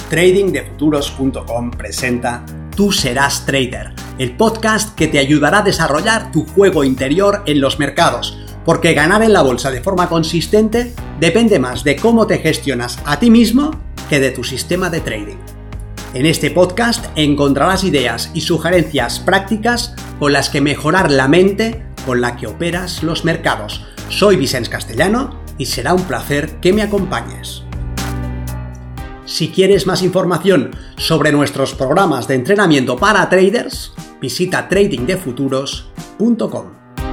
tradingdefuturos.com presenta Tú serás trader, el podcast que te ayudará a desarrollar tu juego interior en los mercados, porque ganar en la bolsa de forma consistente depende más de cómo te gestionas a ti mismo que de tu sistema de trading. En este podcast encontrarás ideas y sugerencias prácticas con las que mejorar la mente con la que operas los mercados. Soy Vicens Castellano y será un placer que me acompañes. Si quieres más información sobre nuestros programas de entrenamiento para traders, visita tradingdefuturos.com.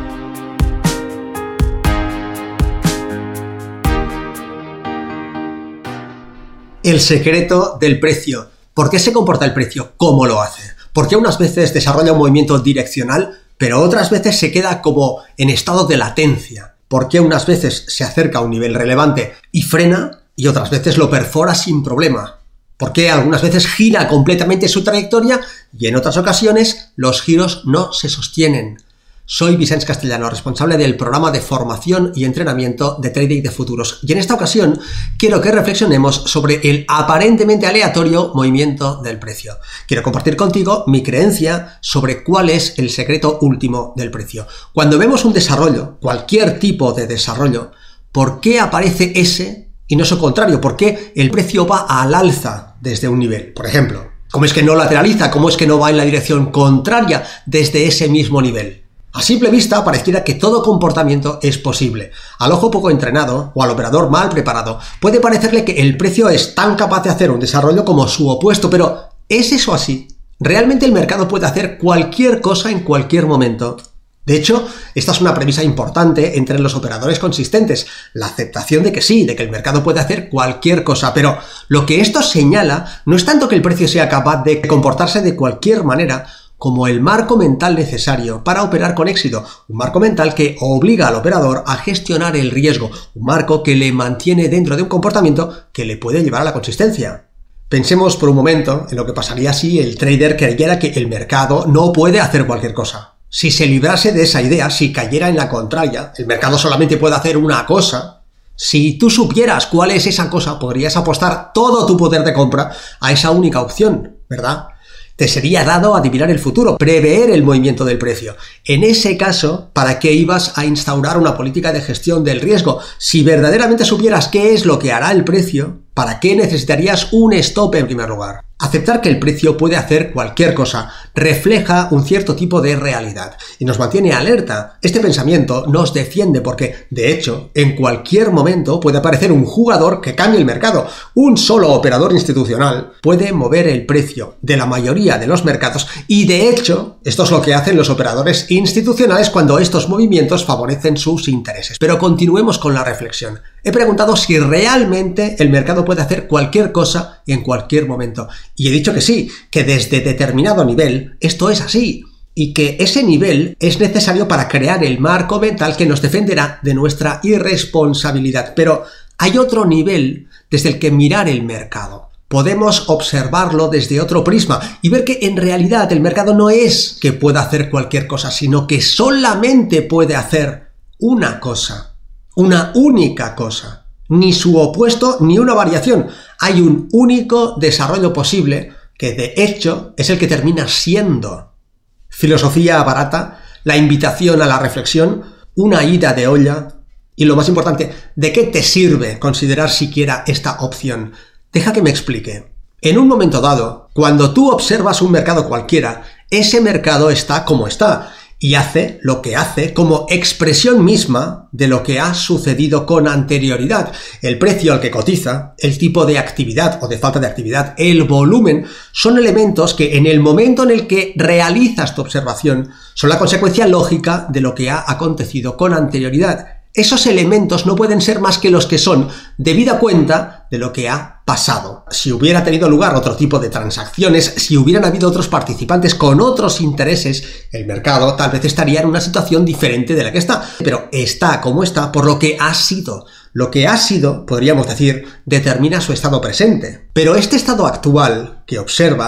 El secreto del precio. ¿Por qué se comporta el precio? ¿Cómo lo hace? ¿Por qué unas veces desarrolla un movimiento direccional, pero otras veces se queda como en estado de latencia? ¿Por qué unas veces se acerca a un nivel relevante y frena y otras veces lo perfora sin problema? ¿Por qué algunas veces gira completamente su trayectoria y en otras ocasiones los giros no se sostienen? Soy Vicens Castellano, responsable del programa de formación y entrenamiento de Trading de Futuros, y en esta ocasión quiero que reflexionemos sobre el aparentemente aleatorio movimiento del precio. Quiero compartir contigo mi creencia sobre cuál es el secreto último del precio. Cuando vemos un desarrollo, cualquier tipo de desarrollo, ¿por qué aparece ese y no su contrario? ¿Por qué el precio va al alza desde un nivel? Por ejemplo, ¿cómo es que no lateraliza? ¿Cómo es que no va en la dirección contraria desde ese mismo nivel? A simple vista pareciera que todo comportamiento es posible. Al ojo poco entrenado o al operador mal preparado puede parecerle que el precio es tan capaz de hacer un desarrollo como su opuesto, pero ¿es eso así? ¿Realmente el mercado puede hacer cualquier cosa en cualquier momento? De hecho, esta es una premisa importante entre los operadores consistentes, la aceptación de que sí, de que el mercado puede hacer cualquier cosa, pero lo que esto señala no es tanto que el precio sea capaz de comportarse de cualquier manera, como el marco mental necesario para operar con éxito, un marco mental que obliga al operador a gestionar el riesgo, un marco que le mantiene dentro de un comportamiento que le puede llevar a la consistencia. Pensemos por un momento en lo que pasaría si el trader creyera que el mercado no puede hacer cualquier cosa. Si se librase de esa idea, si cayera en la contraria, el mercado solamente puede hacer una cosa. Si tú supieras cuál es esa cosa, podrías apostar todo tu poder de compra a esa única opción, ¿verdad? Te sería dado adivinar el futuro, prever el movimiento del precio. En ese caso, ¿para qué ibas a instaurar una política de gestión del riesgo? Si verdaderamente supieras qué es lo que hará el precio, ¿para qué necesitarías un stop en primer lugar? Aceptar que el precio puede hacer cualquier cosa refleja un cierto tipo de realidad y nos mantiene alerta. Este pensamiento nos defiende porque, de hecho, en cualquier momento puede aparecer un jugador que cambie el mercado. Un solo operador institucional puede mover el precio de la mayoría de los mercados y, de hecho, esto es lo que hacen los operadores institucionales cuando estos movimientos favorecen sus intereses. Pero continuemos con la reflexión. He preguntado si realmente el mercado puede hacer cualquier cosa en cualquier momento. Y he dicho que sí, que desde determinado nivel esto es así. Y que ese nivel es necesario para crear el marco mental que nos defenderá de nuestra irresponsabilidad. Pero hay otro nivel desde el que mirar el mercado. Podemos observarlo desde otro prisma y ver que en realidad el mercado no es que pueda hacer cualquier cosa, sino que solamente puede hacer una cosa. Una única cosa, ni su opuesto ni una variación. Hay un único desarrollo posible que de hecho es el que termina siendo. Filosofía barata, la invitación a la reflexión, una ida de olla y lo más importante, ¿de qué te sirve considerar siquiera esta opción? Deja que me explique. En un momento dado, cuando tú observas un mercado cualquiera, ese mercado está como está. Y hace lo que hace como expresión misma de lo que ha sucedido con anterioridad. El precio al que cotiza, el tipo de actividad o de falta de actividad, el volumen, son elementos que en el momento en el que realizas tu observación son la consecuencia lógica de lo que ha acontecido con anterioridad. Esos elementos no pueden ser más que los que son, debida cuenta de lo que ha pasado. Si hubiera tenido lugar otro tipo de transacciones, si hubieran habido otros participantes con otros intereses, el mercado tal vez estaría en una situación diferente de la que está. Pero está como está por lo que ha sido. Lo que ha sido, podríamos decir, determina su estado presente. Pero este estado actual que observas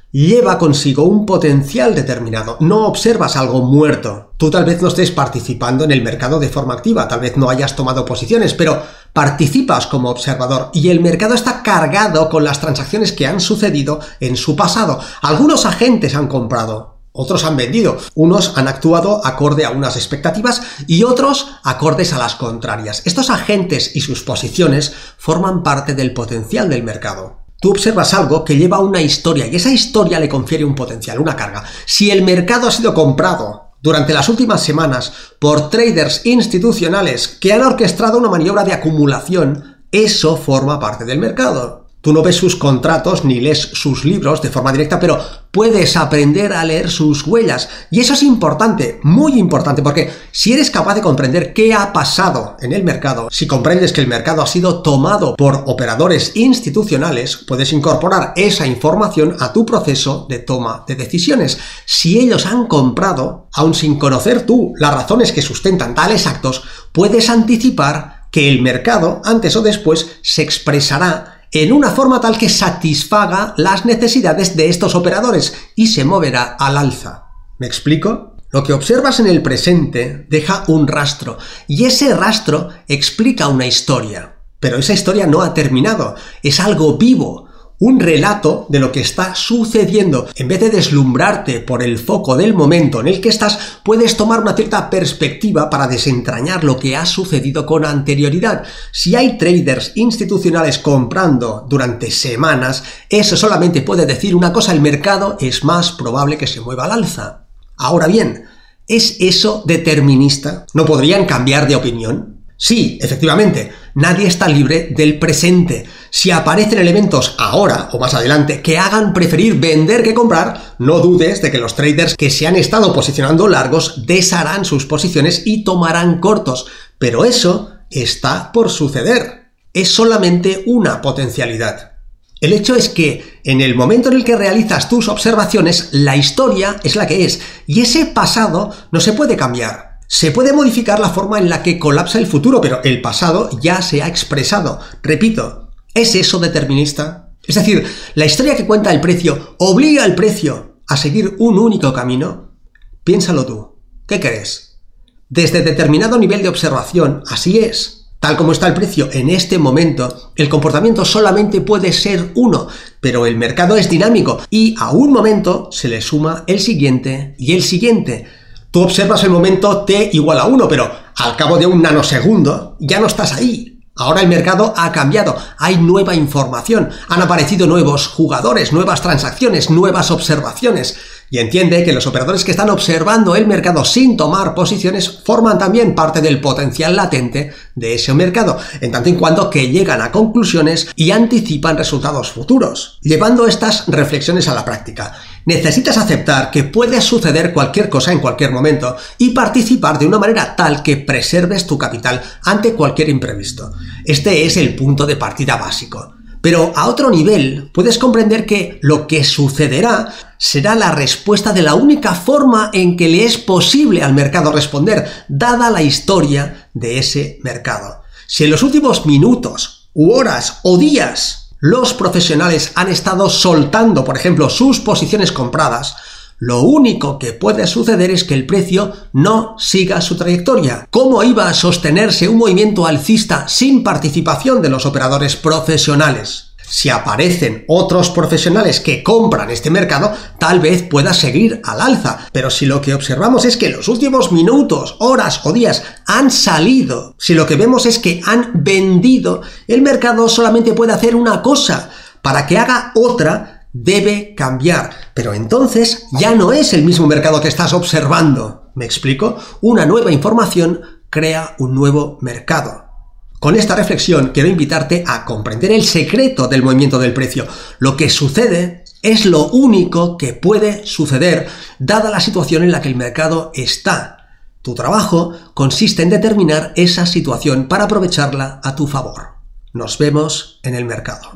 lleva consigo un potencial determinado. No observas algo muerto. Tú tal vez no estés participando en el mercado de forma activa, tal vez no hayas tomado posiciones, pero participas como observador y el mercado está cargado con las transacciones que han sucedido en su pasado. Algunos agentes han comprado, otros han vendido, unos han actuado acorde a unas expectativas y otros acordes a las contrarias. Estos agentes y sus posiciones forman parte del potencial del mercado. Tú observas algo que lleva una historia y esa historia le confiere un potencial, una carga. Si el mercado ha sido comprado durante las últimas semanas por traders institucionales que han orquestado una maniobra de acumulación, eso forma parte del mercado. Tú no ves sus contratos ni lees sus libros de forma directa, pero puedes aprender a leer sus huellas. Y eso es importante, muy importante, porque si eres capaz de comprender qué ha pasado en el mercado, si comprendes que el mercado ha sido tomado por operadores institucionales, puedes incorporar esa información a tu proceso de toma de decisiones. Si ellos han comprado, aun sin conocer tú las razones que sustentan tales actos, puedes anticipar que el mercado, antes o después, se expresará en una forma tal que satisfaga las necesidades de estos operadores y se moverá al alza. ¿Me explico? Lo que observas en el presente deja un rastro y ese rastro explica una historia. Pero esa historia no ha terminado, es algo vivo, un relato de lo que está sucediendo. En vez de deslumbrarte por el foco del momento en el que estás, puedes tomar una cierta perspectiva para desentrañar lo que ha sucedido con anterioridad. Si hay traders institucionales comprando durante semanas, eso solamente puede decir una cosa: el mercado es más probable que se mueva al alza. Ahora bien, ¿es eso determinista? ¿No podrían cambiar de opinión? Sí, efectivamente, nadie está libre del presente. Si aparecen elementos ahora o más adelante que hagan preferir vender que comprar, no dudes de que los traders que se han estado posicionando largos desharán sus posiciones y tomarán cortos. Pero eso está por suceder. Es solamente una potencialidad. El hecho es que en el momento en el que realizas tus observaciones, la historia es la que es, y ese pasado no se puede cambiar. Se puede modificar la forma en la que colapsa el futuro, pero el pasado ya se ha expresado. Repito, ¿es eso determinista? Es decir, ¿la historia que cuenta el precio obliga al precio a seguir un único camino? Piénsalo tú. ¿Qué crees? Desde determinado nivel de observación, así es. Tal como está el precio en este momento, el comportamiento solamente puede ser uno, pero el mercado es dinámico y a un momento se le suma el siguiente y el siguiente. Tú observas el momento t igual a 1, pero al cabo de un nanosegundo ya no estás ahí. Ahora el mercado ha cambiado, hay nueva información, han aparecido nuevos jugadores, nuevas transacciones, nuevas observaciones. Y entiende que los operadores que están observando el mercado sin tomar posiciones forman también parte del potencial latente de ese mercado, en tanto en cuanto que llegan a conclusiones y anticipan resultados futuros. Llevando estas reflexiones a la práctica, necesitas aceptar que puede suceder cualquier cosa en cualquier momento y participar de una manera tal que preserves tu capital ante cualquier imprevisto. Este es el punto de partida básico. Pero a otro nivel puedes comprender que lo que sucederá será la respuesta de la única forma en que le es posible al mercado responder, dada la historia de ese mercado. Si en los últimos minutos, u horas o días los profesionales han estado soltando, por ejemplo, sus posiciones compradas, lo único que puede suceder es que el precio no siga su trayectoria. ¿Cómo iba a sostenerse un movimiento alcista sin participación de los operadores profesionales? Si aparecen otros profesionales que compran este mercado, tal vez pueda seguir al alza. Pero si lo que observamos es que los últimos minutos, horas o días han salido, si lo que vemos es que han vendido, el mercado solamente puede hacer una cosa. Para que haga otra, debe cambiar, pero entonces ya no es el mismo mercado que estás observando. ¿Me explico? Una nueva información crea un nuevo mercado. Con esta reflexión quiero invitarte a comprender el secreto del movimiento del precio. Lo que sucede es lo único que puede suceder dada la situación en la que el mercado está. Tu trabajo consiste en determinar esa situación para aprovecharla a tu favor. Nos vemos en el mercado.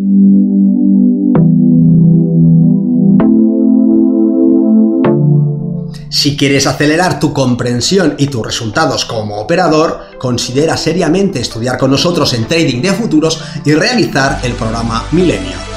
Si quieres acelerar tu comprensión y tus resultados como operador, considera seriamente estudiar con nosotros en Trading de Futuros y realizar el programa Milenio.